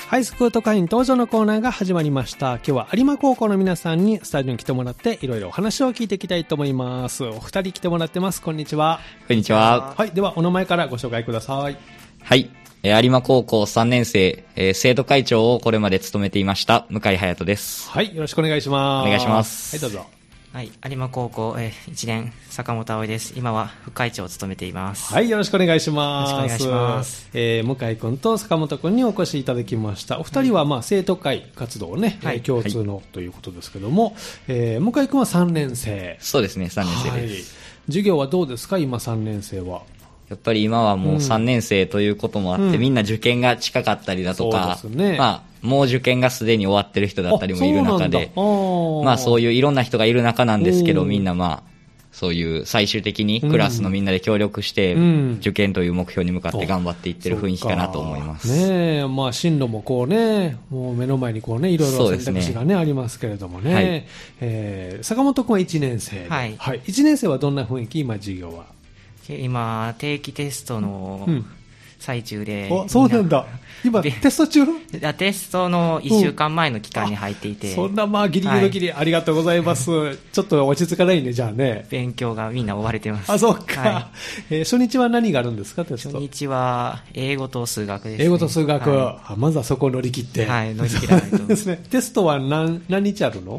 ハイスクート会員登場のコーナーが始まりました。今日は有馬高校の皆さんにスタジオに来てもらっていろいろお話を聞いていきたいと思います。お二人来てもらってます。こんにちは。 こんにちは。 はい、ではお名前からご紹介ください。 はい。有馬高校3年生、生徒会長をこれまで務めていました向井隼人です。 はい、よろしくお願いします。 お願いします。 はい、どうぞ。 はい、有馬高校、1年坂本葵です。今は副会長を務めています。 はい、よろしくお願いします。 よろしくお願いします。 向井君と坂本君にお越しいただきました。お二人は生徒会活動をね、はい、共通のということですけども、向井君は3年生。 そうですね、3年生です。 はい、授業はどうですか、今3年生は。 やっぱり今はもう3年生ということもあって、みんな受験が近かったりだとか、 そうですね、 もう受験がすでに終わってる人だったりもいる中で、そういういろんな人がいる中なんですけど、みんなそういう最終的にクラスのみんなで協力して、受験という目標に向かって頑張っていってる雰囲気かなと思います。 ねえ、進路もこうね、もう目の前にこうね、いろいろ選択肢がね、ありますけれどもね。はい、坂本君は1年生で、はい。1年生はどんな雰囲気、今授業は。 今、定期テストの最中で。 そうなんだ。今、テスト中？ テストの1週間前の期間に入っていて。 そんなギリギリのギリ、ありがとうございます。ちょっと落ち着かないね、じゃあね。 勉強がみんな追われてます。 あ、そうか。初日は何があるんですか、テスト。 初日は英語と数学ですね。 英語と数学。まずはそこを乗り切って。 はい、乗り切らないと。 ですね。テストは何日あるの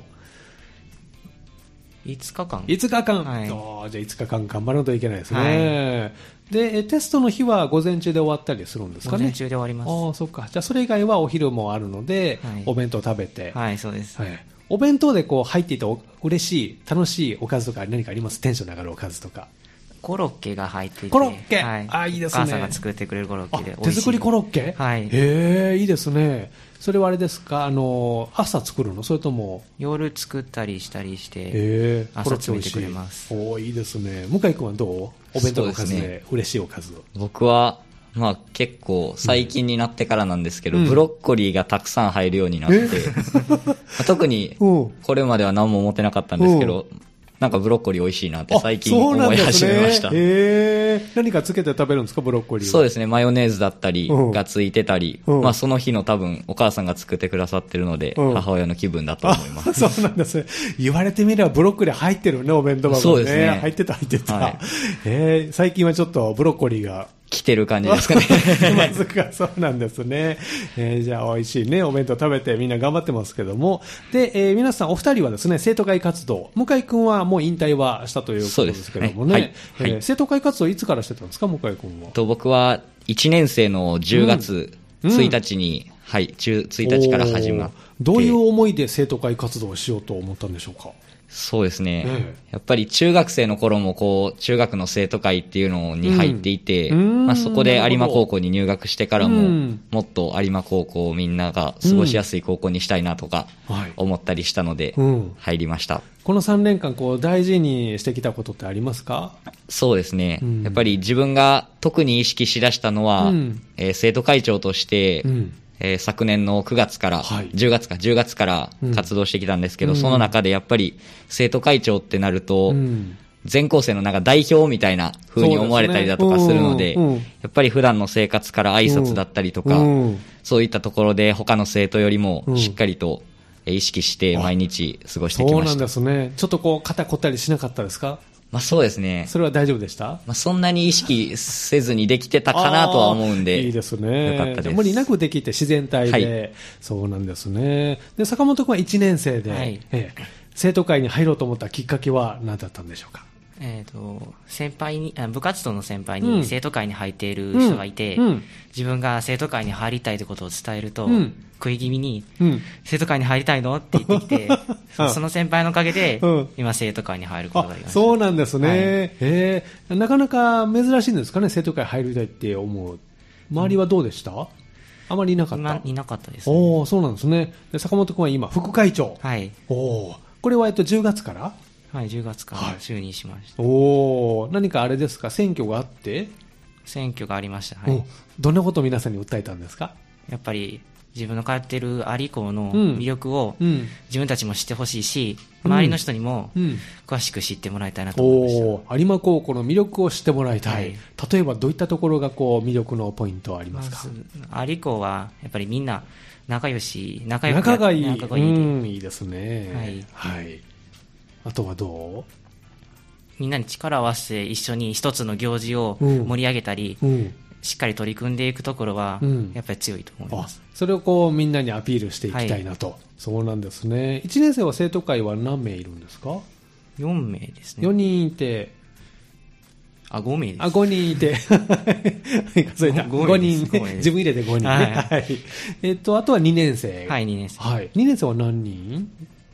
？5日間。 5日間。はい、じゃあ5日間頑張らないといけないですね。はい、で、テストの日は午前中で終わったりするんですかね。 午前中で終わります。 ああ、そっか。じゃあそれ以外はお昼もあるので、はい、お弁当食べて。 はい、そうです。 はい。お弁当でこう入っていて嬉しい、楽しいおかずとか何かあります？テンション上がるおかずとか。 コロッケが入っていて。 コロッケ、 はい。 いいですね。 お母さんが作ってくれるコロッケで美味しい。 手作りコロッケ？ はい。 いいですね。それはあれですか、朝作るの？それとも夜作ったりしたりして、朝作ってくれます。 いいですね。向井君はどう？お弁当のおかずで嬉しいおかず。 僕は結構最近になってからなんですけど、ブロッコリーがたくさん入るようになって、特にこれまでは何も思ってなかったんですけど、なんかブロッコリー美味しいなって最近思い始めました。 何かつけて食べるんですか、ブロッコリーは。 そうですね、マヨネーズだったりがついてたり、その日の多分お母さんが作ってくださってるので、母親の気分だと思います。 そうなんですね。言われてみればブロッコリー入ってるね、お弁当箱ね。 そうですね。 入ってた。はい、最近はちょっとブロッコリーが来てる感じですかね。 まずか、そうなんですね。じゃあ美味しいね、お弁当食べてみんな頑張ってますけども。で、皆さんお二人はですね、生徒会活動、向井君はもう引退はしたということですけどもね。生徒会活動いつからしてたんですか、向井君は。 僕は1年生の10月1日に、1日から始まって。 どういう思いで生徒会活動をしようと思ったんでしょうか。 そうですね。やっぱり中学生の頃も中学の生徒会っていうのに入っていて、そこで有馬高校に入学してからも、もっと有馬高校をみんなが過ごしやすい高校にしたいなとか思ったりしたので、入りました。 この3年間大事にしてきたことってありますか？ そうですね。やっぱり自分が特に意識しだしたのは、生徒会長として、昨年の9月から、10月から活動してきたんですけど、その中でやっぱり生徒会長ってなると、全校生の代表みたいな風に思われたりだとかするので、やっぱり普段の生活から挨拶だったりとか、そういったところで他の生徒よりもしっかりと意識して毎日過ごしてきました。 そうなんですね。ちょっと肩凝ったりしなかったですか？ そうですね。 それは大丈夫でした？ そんなに意識せずにできてたかなとは思うんで。 いいですね。 よかったです。 無理なくできて自然体で。そうなんですね。で、坂本君は1年生で、生徒会に入ろうと思ったきっかけは何だったんでしょうか？ 先輩に、部活動の先輩に生徒会に入っている人がいて、自分が生徒会に入りたいということを伝えると、食い気味に、生徒会に入りたいのって言ってきて、その先輩のおかげで、今生徒会に入ることができました。 そうなんですね。なかなか珍しいんですかね、生徒会入りたいって思う。周りはどうでした？あまりいなかった？ いなかったですね。 そうなんですね。で、坂本君は今、副会長。 はい。 これは10月から？ はい、10月から就任しました。 何かあれですか、選挙があって？ 選挙がありました。 どんなことを皆さんに訴えたんですか？ やっぱり自分の通っている有リ校の魅力を自分たちも知ってほしいし、周りの人にも詳しく知ってもらいたいなと思いました。 有馬高校の魅力を知ってもらいたい。例えばどういったところがこう魅力のポイントはありますか？ 有リ校はやっぱりみんな仲良し、 仲がいい。いいですね。はい。あとはどう？ みんなに力を合わせて一緒に一つの行事を盛り上げたり、しっかり取り組んでいくところはやっぱり強いと思います。 それをこうみんなにアピールしていきたいなと。そうなんですね。1年生は生徒会は何名いるんですか ？4名ですね。 4人いて、 5名です。 5人いて数えた。5人、自分入れて5人ね。はい。あとは2年生。 はい、2年生。 はい。2年生は何人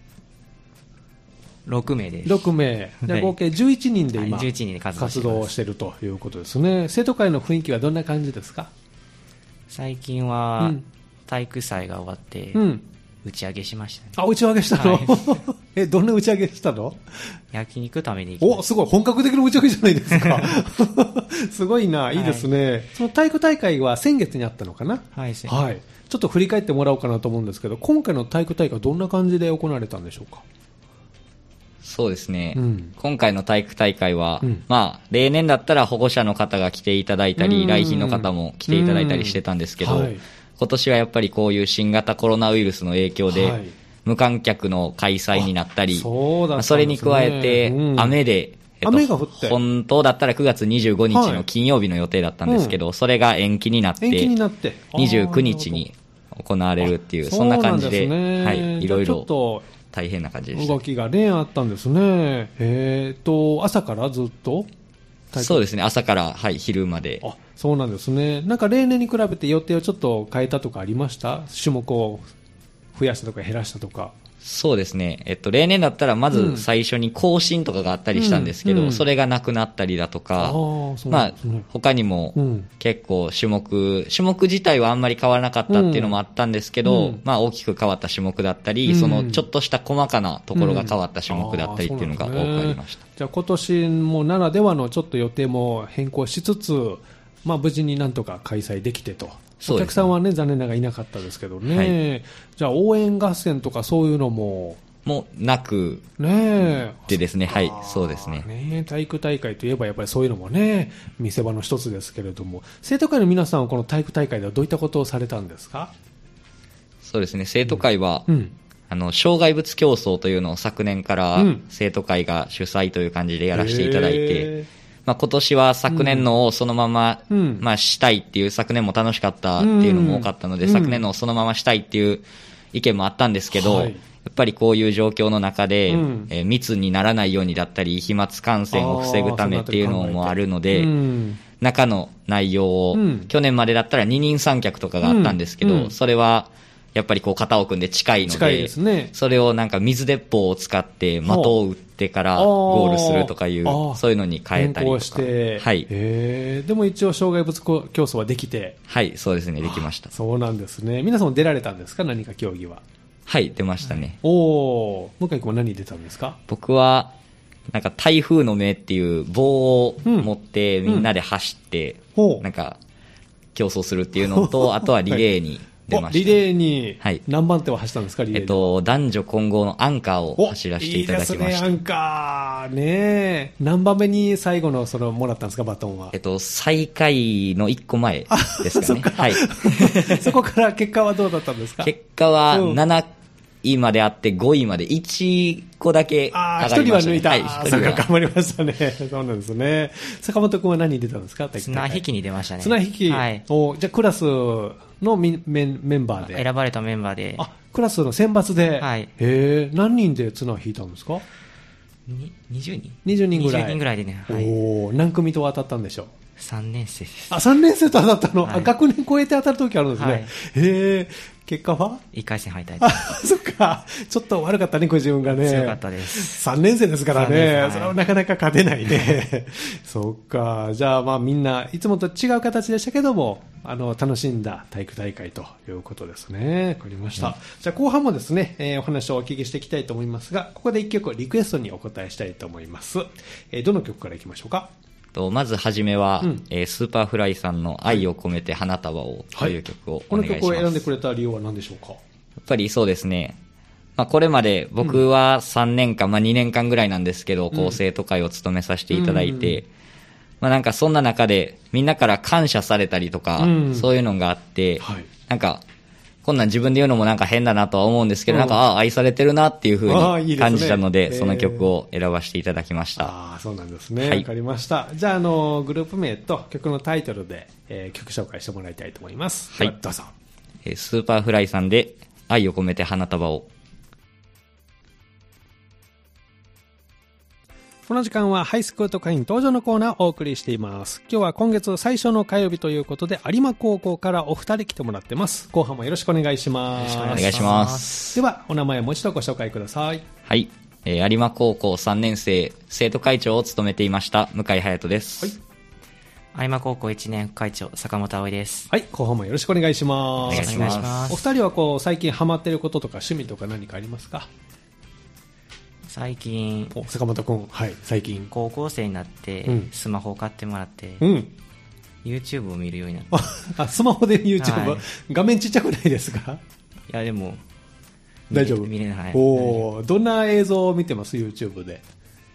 ？6名です。 6名。じゃあ合計11人で今、 11人で活動をしているということですね。生徒会の雰囲気はどんな感じですか？ 最近は、体育祭が終わって、打ち上げしましたね。 あ、打ち上げしたの？どんな打ち上げしたの？ 焼肉食べに行きました。 お、すごい。本格的な打ち上げじゃないですか。すごいな。いいですね。その体育大会は先月にあったのかな？ はい。 ちょっと振り返ってもらおうかなと思うんですけど、今回の体育大会はどんな感じで行われたんでしょうか？ そうですね、今回の体育大会は、例年だったら保護者の方が来ていただいたり、来賓の方も来ていただいたりしてたんですけど、今年はやっぱりこういう新型コロナウイルスの影響で、無観客の開催になったり、それに加えて、雨で、 雨が降って、 本当だったら9月25日の金曜日の予定だったんですけど、それが延期になって、29日に行われるっていう、そんな感じで、いろいろ大変な感じでした。 動きがね、あったんですね。朝からずっと？ そうですね、朝から、昼まで。 あ、そうなんですね。なんか例年に比べて予定をちょっと変えたとかありました？種目を増やしたとか減らしたとか。 そうですね。例年だったらまず最初に更新とかがあったりしたんですけど、それがなくなったりだとか、他にも結構種目自体はあんまり変わらなかったっていうのもあったんですけど、大きく変わった種目だったり、そのちょっとした細かなところが変わった種目だったりっていうのが多くありました。 じゃあ今年もならではのちょっと予定も変更しつつ、無事になんとか開催できてと。お客さんはね、残念ながらいなかったですけどね。じゃあ応援合戦とかそういうのもなくでですね。そうですね。 体育大会といえばやっぱりそういうのもね、見せ場の一つですけれども、生徒会の皆さんはこの体育大会ではどういったことをされたんですか？ そうですね。生徒会は、障害物競争というのを昨年から生徒会が主催という感じでやらせていただいて、今年は昨年のをそのまま、したいっていう、昨年も楽しかったっていうのも多かったので、昨年のをそのまましたいっていう意見もあったんですけど、やっぱりこういう状況の中で、密にならないようにだったり、飛沫感染を防ぐためっていうのもあるので、中の内容を、去年までだったら二人三脚とかがあったんですけど、それは、やっぱりこう肩を組んで近いので、それをなんか水鉄砲を使って的を撃ってからゴールするとかいう、そういうのに変えたりとか。 でも一応障害物競争はできて。 そうですね、できました。 そうなんですね。皆さんも出られたんですか？何か競技は。 出ましたね。 向井君は何出たんですか？ 僕は、なんか台風の目っていう棒を持ってみんなで走って、なんか競争するっていうのと、あとはリレーに、出ました。 リレーに何番手を走ったんですか？リレー男女混合のアンカーを走らせていただきました。 いいですね、アンカーね。何番目に最後のもらったんですか？バトンは。 最下位の1個前ですかね。 そこから結果はどうだったんですか？ 結果は7位まであって5位まで1個だけ上がりました、ね。1人は抜いた。 それが頑張りましたね。そうなんですね。坂本君は何に出たんですか？ 綱引きに出ましたね。 綱引き。じゃあクラスのメンバーで選ばれたメンバーで、 クラスの選抜で、何人で綱引いたんですか？20人ぐらい。 20人ぐらいでね。 何組と当たったんでしょう ？3年生です。 3年生と当たったの？学年超えて当たる時あるんですね。結果は 1回戦敗退。 そっか。ちょっと悪かったね、ご自分がね。 強かったです。 3年生ですからね。それはなかなか勝てないね。そっか。じゃあみんないつもと違う形でしたけども、楽しんだ体育大会ということですね。わかりました。じゃあ後半もですね、お話をお聞きしていきたいと思いますが、ここで一曲リクエストにお答えしたいと思います。どの曲からいきましょうか？ まずはじめは、スーパーフライさんの愛を込めて花束をという曲をお願いします。 この曲を選んでくれた理由は何でしょうか？ やっぱりそうですね。これまで僕は3年間、2年間ぐらいなんですけど、生徒会を務めさせていただいて、なんかそんな中でみんなから感謝されたりとか、そういうのがあって、なんか、こんなん自分で言うのもなんか変だなとは思うんですけど、なんか、愛されてるなっていう風に感じたので、その曲を選ばせていただきました。 そうなんですね。わかりました。じゃあ、グループ名と曲のタイトルで、曲紹介してもらいたいと思います。はい。どうぞ。 スーパーフライさんで、愛を込めて花束を。 この時間はハイスクート会員登場のコーナーをお送りしています。今日は今月最初の火曜日ということで、有馬高校からお二人来てもらってます。後半もよろしくお願いします。 よろしくお願いします。 では、お名前もう一度ご紹介ください。 はい。有馬高校3年生、生徒会長を務めていました、向井隼人です。 有馬高校1年会長、坂本葵です。 はい。後半もよろしくお願いします。 お願いします。 お二人は最近ハマっていることとか趣味とか何かありますか？ 最近、 坂本君、はい、最近高校生になって、スマホを買ってもらって、YouTube を見るようになって。 スマホで YouTube、画面ちっちゃくないですか？ いや、でも、 大丈夫。 見れない。 どんな映像を見てます YouTube で？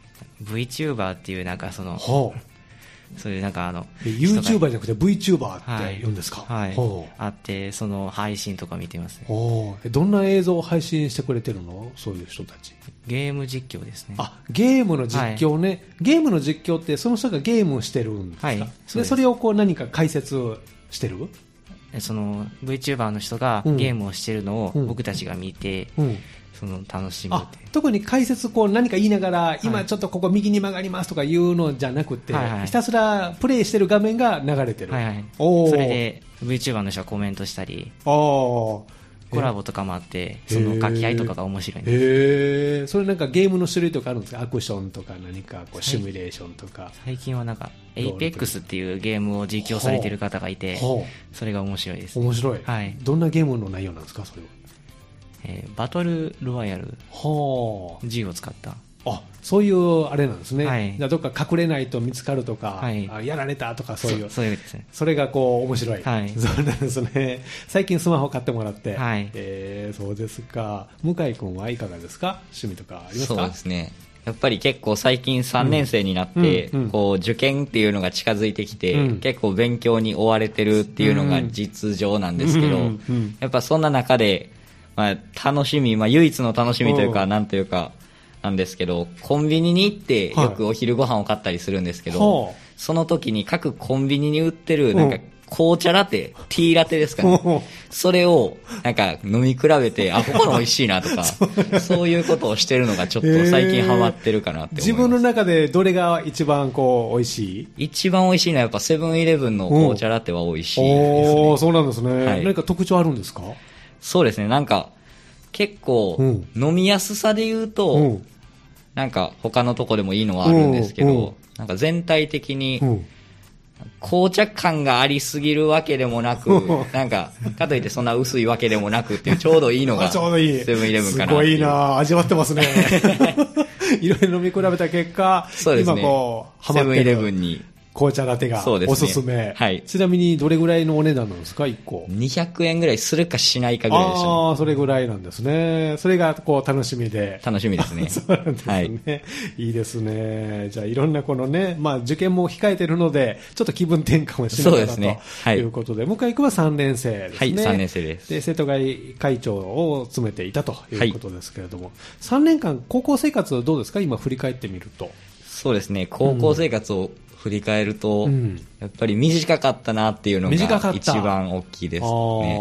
VTuber っていうなんかそういうなんか YouTuber じゃなくて VTuber って言うんですか？ はい。あって、その配信とか見てますね。 どんな映像を配信してくれてるの？そういう人たち。 ゲーム実況ですね。 ゲームの実況ね。ゲームの実況ってその人がゲームをしてるんですか？はい。それを何か解説してる？ その VTuber の人がゲームをしてるのを僕たちが見て、楽しむって。 特に解説何か言いながら、今ちょっとここ右に曲がりますとかいうのじゃなくて、ひたすらプレイしてる画面が流れてる。 それで VTuber の人がコメントしたり、コラボとかもあって、その掛け合いとかが面白いんです。 それなんかゲームの種類とかあるんですか？アクションとか何かシミュレーションとか。 最近はなんか Apex っていうゲームを実況されてる方がいて、それが面白いです。 面白い。はい。どんなゲームの内容なんですか、それは？ バトルロワイヤル、銃を使った。 そういうあれなんですね。じゃあどっか隠れないと見つかるとか、やられたとかそういう。 そういうですね。 それが面白い。そうなんですね。最近スマホ買ってもらって。そうですか。向井君はいかがですか？趣味とかありますか？ そうですね。やっぱり結構最近3年生になって、受験っていうのが近づいてきて、結構勉強に追われてるっていうのが実情なんですけど、やっぱそんな中で、楽しみ、唯一の楽しみというか、なんというか、なんですけど、コンビニに行ってよくお昼ご飯を買ったりするんですけど、その時に各コンビニに売ってる、なんか、紅茶ラテ、ティーラテですかね。それを、なんか飲み比べて、ここの美味しいなとか、そういうことをしてるのがちょっと最近ハマってるかなって思います。 自分の中でどれが一番美味しい？ 一番美味しいのはやっぱセブンイレブンの紅茶ラテは美味しいですね。 そうなんですね。何か特徴あるんですか？ そうですね、なんか、結構、飲みやすさで言うと、なんか他のとこでもいいのはあるんですけど、なんか全体的に、紅茶感がありすぎるわけでもなく、なんか、かといってそんな薄いわけでもなくっていうちょうどいいのが、セブンイレブンかな。 すごいな、味わってますね。いろいろ飲み比べた結果、 そうですね、 今セブンイレブンに。 紅茶ラテがおすすめ。はい。ちなみにどれぐらいのお値段なんですか、1個。 200円ぐらいするかしないかぐらいでしたね。 それぐらいなんですね。それが楽しみで。 楽しみですね。 そうなんですね。はい、いいですね。じゃあいろんな受験も控えてるので、ちょっと気分転換をしながらということで、向井君は3年生ですね。 はい、3年生です。 で、生徒会会長を務めていたということですけれども、3年間高校生活どうですか、今振り返ってみると。 そうですね、高校生活を振り返ると、やっぱり短かったなっていうのが一番大きいですね。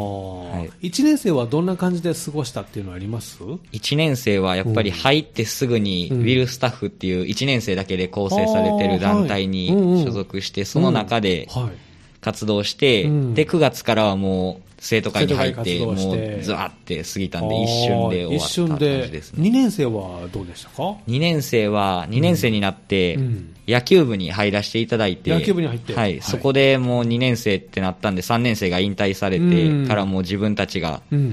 1年生はどんな感じで過ごしたっていうのはあります？ 1 年生はやっぱり入ってすぐにウィルスタッフっていう1年生だけで構成されてる団体に所属して、その中で活動して、で9月からはもう生徒会に入って、もうずわって過ぎたんで、一瞬で終わった感じですね。 2年生はどうでしたか ？2年生は、2年生になって、野球部に入らせていただいて、 野球部に入って、 はい、そこでもう2年生ってなったんで、3年生が引退されてからもう自分たちが、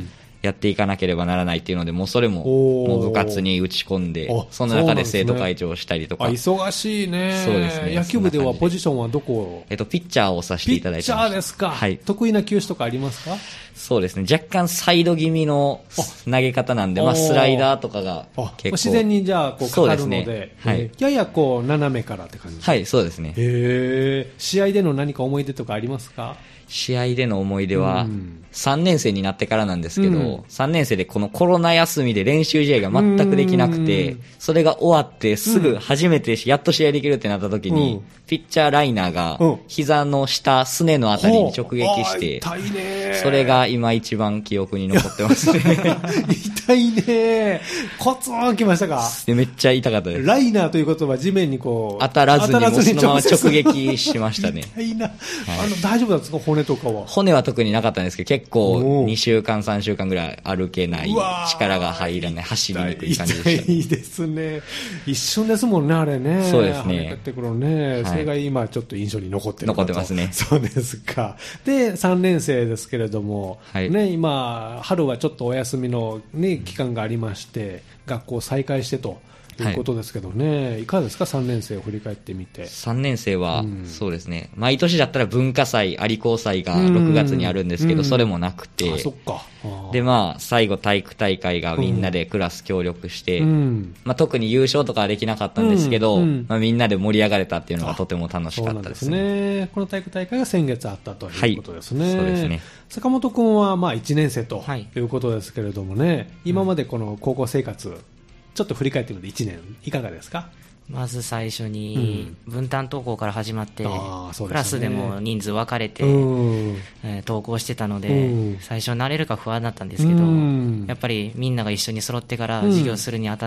やっていかなければならないっていうので、もうそれももう部活に打ち込んで、その中で生徒会長をしたりとか。 忙しいね。 そうですね。 野球部ではポジションはどこ？ ピッチャーをさせていただいてます。 ピッチャーですか。 はい。 得意な球種とかありますか？ そうですね。若干サイド気味の投げ方なんで、まあスライダーとかが結構。 自然にじゃあこうかかるので、 ね、はい。 ややこう斜めからって感じ。 はい、そうですね。 試合での何か思い出とかありますか？ 試合での思い出は、3年生になってからなんですけど、3年生でこのコロナ休みで練習試合が全くできなくて、それが終わってすぐ初めてやっと試合できるってなった時に、ピッチャーライナーが膝の下、すねのあたりに直撃して、それが今一番記憶に残ってますね。 痛いね。コツンきましたか？ めっちゃ痛かったです。 ライナーということは地面にこう当たらずにもそのまま直撃しましたね。 痛いな。大丈夫なんですか？骨とかは。 骨は特になかったんですけど、結構2週間3週間ぐらい歩けない、力が入らない、走りにくい感じでした、 痛いですね。一瞬ですもんね、あれね。 そうですね。 跳ねってくるね。それが今ちょっと印象に残ってる。 残ってますね。 そうですか。で、3年生ですけれども、ね、今、春はちょっとお休みのね、期間がありまして、学校再開してと。ということですけどね、いかがですか、3年生を振り返ってみて。 3年生は、そうですね、毎年だったら文化祭、有高祭が6月にあるんですけど、それもなくて、 そっか。 で、まあ、最後体育大会がみんなでクラス協力して、まあ、特に優勝とかはできなかったんですけど、まあ、みんなで盛り上がれたっていうのがとても楽しかったですね。 そうなんですね。この体育大会が先月あったということですね。 そうですね。 坂本君はまあ1年生ということですけれどもね、今までこの高校生活、ちょっと振り返ってみて1年いかがですか？ まず最初に分担登校から始まって、クラスでも人数分かれて登校してたので、最初慣れるか不安だったんですけど、やっぱりみんなが一緒に揃ってから授業するにあたって、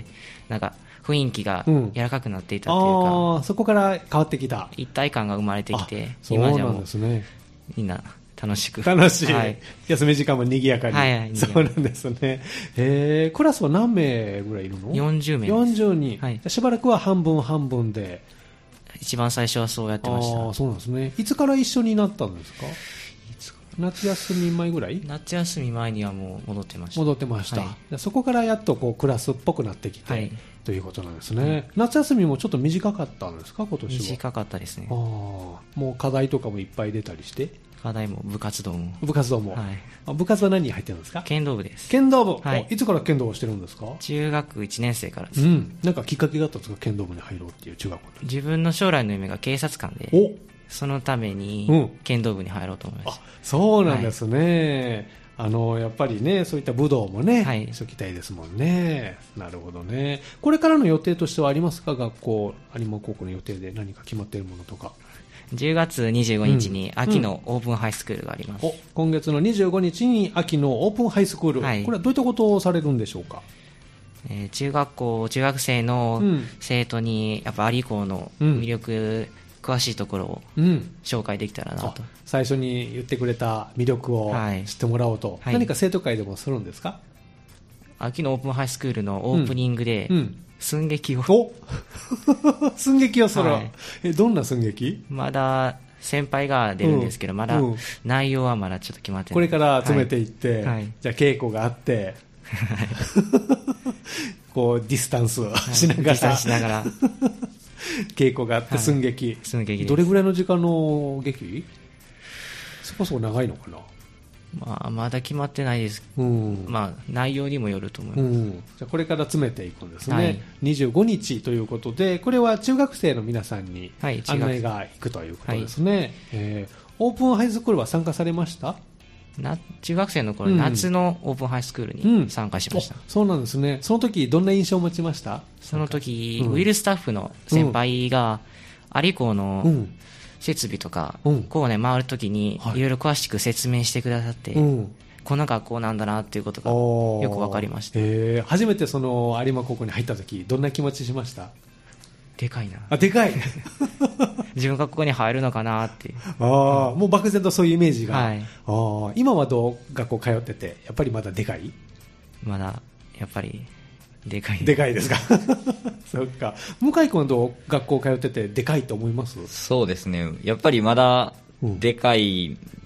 なんか雰囲気が柔らかくなっていたというか、 そこから変わってきた一体感が生まれてきて、 今じゃもうみんな楽しい、 休み時間も賑やかに、そうなんですね。クラスは何名ぐらいいるの ？40名です。 40人、しばらくは半分半分で。 一番最初はそうやってました。 そうなんですね。いつから一緒になったんですか？夏休み前ぐらい？ 夏休み前にはもう戻ってました。そこからやっとこうクラスっぽくなってきて、ということなんですね。夏休みもちょっと短かったんですか、今年は？ 短かったですね。 もう課題とかもいっぱい出たりして？ 課題も部活動も。 部活は何に入ってるんですか？ 剣道部です。 剣道部、いつから剣道をしてるんですか？ 中学1年生からです。 なんかきっかけがあったんですか？剣道部に入ろうっていう中学校。 自分の将来の夢が警察官で、そのために剣道部に入ろうと思いました。 そうなんですね。やっぱりね、そういった武道もね、しときたいですもんね。なるほどね。これからの予定としてはありますか？学校、有馬高校の予定で何か決まっているものとか。 10月25日に秋のオープンハイスクールがあります。 今月の25日に秋のオープンハイスクール。これはどういったことをされるんでしょうか？ 中学生の生徒にやっぱ有高の魅力、詳しいところを紹介できたらなと。 最初に言ってくれた魅力を知ってもらおうと。何か生徒会でもするんですか？ 秋のオープンハイスクールのオープニングで、寸劇を。 寸劇をする。どんな寸劇？ まだ先輩が出るんですけど、まだ内容はまだちょっと決まってない。 これから詰めていって、じゃあ稽古があって、こうディスタンスしながら。稽古があって寸劇。どれぐらいの時間の劇？そこそこ長いのかな？ まだ決まってないです。内容にもよると思います。 じゃあこれから詰めていくんですね。25日ということで、これは中学生の皆さんに案内が行くということですね。オープンハイスクールは参加されました？ 中学生の頃、夏のオープンハイスクールに参加しました。 そうなんですね。その時どんな印象を持ちました？ その時、ウィルスタッフの先輩が有高の設備とか、こうね、回るときにいろいろ詳しく説明してくださって、こんな学校なんだなっていうことがよく分かりました。 初めてその有馬高校に入ったとき、どんな気持ちしました？ でかいな。 でかい自分がここに入るのかなって。 もう漠然とそういうイメージが。今は学校通ってて、やっぱりまだでかい？ まだ、やっぱり、でかい。 でかいですか。そっか。向井君はどう学校通っててでかいと思います？ そうですね。やっぱりまだでかい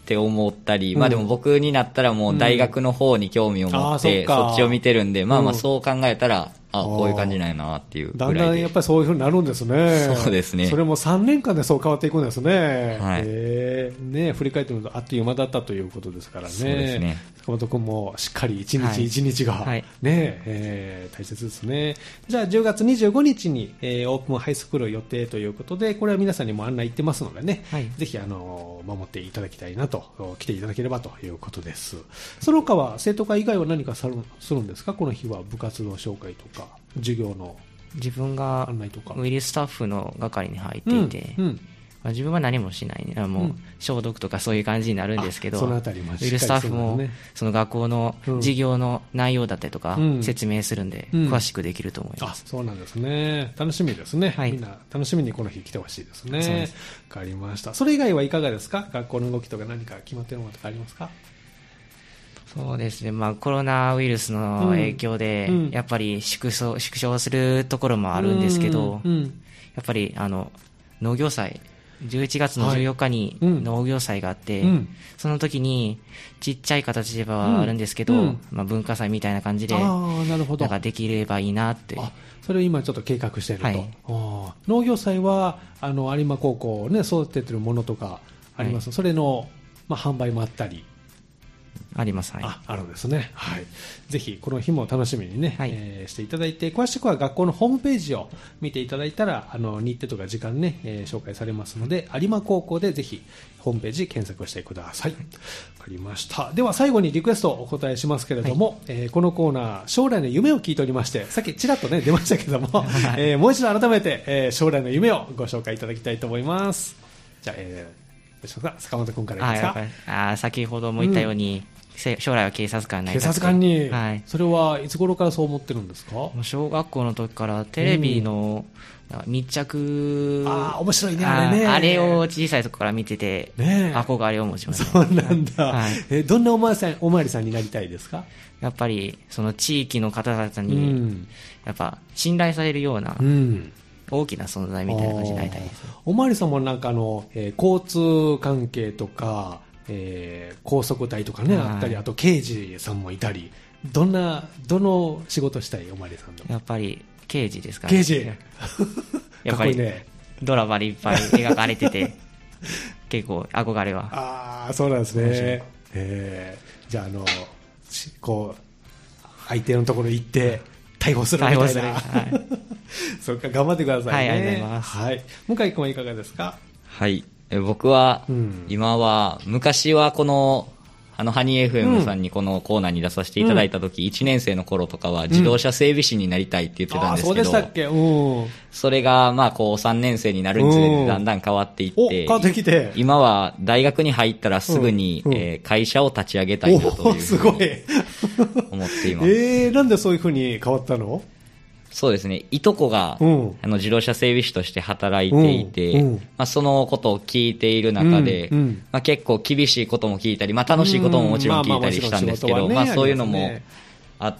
って思ったり、まあでも僕になったらもう大学の方に興味を持って、そっちを見てるんで、まあまあそう考えたら、こういう感じなんやなっていうぐらいで。 だんだんやっぱりそういう風になるんですね。 そうですね。 それも3年間でそう変わっていくんですね。 はい。 ね、振り返ってみるとあっという間だったということですからね。そうですね。坂本君もしっかり一日一日が、はい、ね、大切ですね。じゃあ10月25日に、オープンハイスクール予定ということで、これは皆さんにも案内言ってますのでね、はい、ぜひ守っていただきたいなと、来ていただければということです。その他は生徒会以外は何かするんですか？この日は部活動紹介とか授業の自分がウィルスタッフの係に入っていて、自分は何もしない、もう消毒とかそういう感じになるんですけど、ウィルスタッフもその学校の授業の内容だったりとか説明するんで、詳しくできると思います。 そうなんですね。楽しみですね。はい、みんな楽しみにこの日来てほしいですね。わかりました。それ以外はいかがですか？学校の動きとか何か決まっているものとかありますか？ そうですね、まあ、コロナウイルスの影響で、やっぱり縮小するところもあるんですけど、やっぱり農業祭、11月の14日に農業祭があって、その時にちっちゃい形ではあるんですけど、まあ、文化祭みたいな感じでなんかできればいいなって。 それを今ちょっと計画していると、はい、農業祭は有馬高校ね育ててるものとかあります、はい、それの、まあ、販売もあったりあります、はい、 あるんですね、はい、ぜひこの日も楽しみにね、はい、していただいて、詳しくは学校のホームページを見ていただいたら日程とか時間ね、紹介されますので、有馬高校でぜひホームページ検索してください。わかりました。では最後にリクエストをお答えしますけれども、はい、このコーナー将来の夢を聞いておりまして、さっきちらっとね出ましたけども、はい、もう一度改めて、将来の夢をご紹介いただきたいと思います。じゃあ、坂本君からいいですか？ 先ほども言ったように、将来は警察官になりたい。 警察官に、はい、それはいつ頃からそう思ってるんですか？ 小学校の時からテレビの密着、 面白いね、あれね。 あれを小さい時から見てて、憧れを持ちました、 そうなんだ、はい、どんなおまわりさんになりたいですか？ やっぱりその地域の方々に、やっぱ信頼されるような、大きな存在みたいな感じになりたいです。 おまわりさんもなんか交通関係とか高速隊とかね、あったり、あと刑事さんもいたり、どの仕事したいおまわりさんの？ やっぱり刑事ですかね。 刑事やっぱりね、ドラマでいっぱい描かれてて結構憧れは。 そうなんですね。じゃあこう相手のところ行って逮捕するみたいな。はい、そっか、頑張ってくださいね。 はい、ありがとうございます。 はい、向井君はいかがですか？ はい、僕は、今は昔はこのハニー FM さんにこのコーナーに出させていただいた時、1年生の頃とかは自動車整備士になりたいって言ってたんですけど、 そうでしたっけ？ それがまあこう3年生になるにつれてだんだん変わっていって、 変わってきて、 今は大学に入ったらすぐに、会社を立ち上げたいなというすごい思っています。 なんでそういうふうに変わったの？ そうですね、いとこが、自動車整備士として働いていて、まあ、そのことを聞いている中で、まあ、結構厳しいことも聞いたり、まあ、楽しいことももちろん聞いたりしたんですけど、まあそういうのもあって、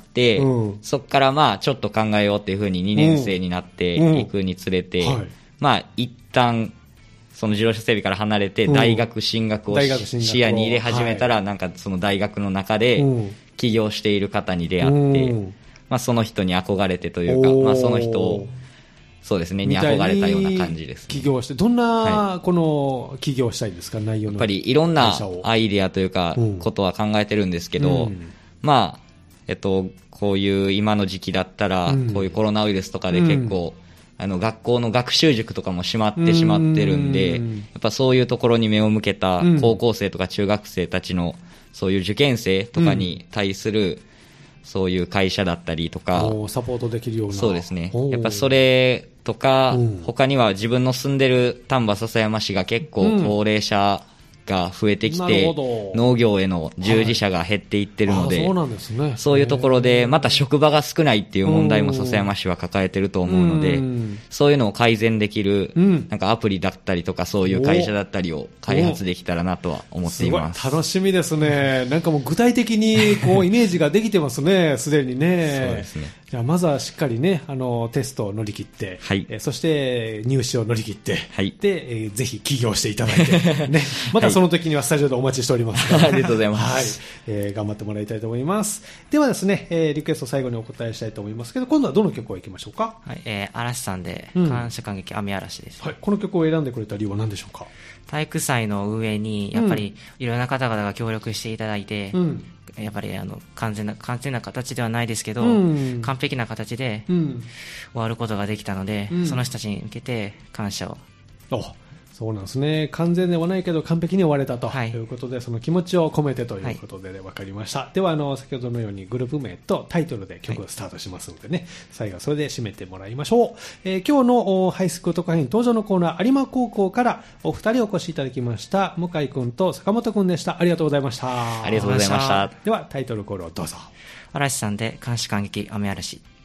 そこからまあちょっと考えようっていうふうに2年生になっていくにつれて、まあ一旦その自動車整備から離れて大学進学を視野に入れ始めたら、なんかその大学の中で起業している方に出会って、まあ、その人に憧れてというか、まあ、その人をそうですねに憧れたような感じです、ね、 起業してどんなこの起業したいですか？内容のやっぱりいろんなアイデアというかことは考えてるんですけど、まあこういう今の時期だったらこういうコロナウイルスとかで結構学校の学習塾とかも閉まってしまってるんで、やっぱそういうところに目を向けた高校生とか中学生たちのそういう受験生とかに対するそういう会社だったりとかサポートできるような。 そうですね、やっぱそれとか他には自分の住んでる丹波篠山市が結構高齢者が増えてきて、農業への従事者が減っていってるので、 そうなんですね。 そういうところでまた職場が少ないっていう問題も篠山市は抱えてると思うので、そういうのを改善できるなんかアプリだったりとかそういう会社だったりを開発できたらなとは思っています。 すごい楽しみですね。なんかもう具体的にこうイメージができてますね、すでにね。 そうですね。 じゃあまずはしっかりね、テストを乗り切って、 はい。 そして入試を乗り切って、 はい。 で、ぜひ起業していただいて、ね、またその時にはスタジオでお待ちしておりますありがとうございます。 はい。頑張ってもらいたいと思います。ではですね、リクエスト最後にお答えしたいと思いますけど、今度はどの曲をいきましょうか？ はい、嵐さんで、感謝感激雨嵐です。 はい。この曲を選んでくれた理由は何でしょうか？ 体育祭の上に、やっぱりいろんな方々が協力していただいて、やっぱり完全な形ではないですけど、完璧な形で終わることができたので、その人たちに向けて感謝を。 そうなんですね。完全ではないけど完璧に終われたということで、その気持ちを込めてということで、分かりました。では先ほどのようにグループ名とタイトルで曲をスタートしますのでね、最後はそれで締めてもらいましょう。今日のハイスクール特派員登場のコーナー、有馬高校からお二人お越しいただきました。向井くんと坂本くんでした。ありがとうございました。 ありがとうございました。 ではタイトルコールをどうぞ。 嵐さんで感謝感激雨嵐。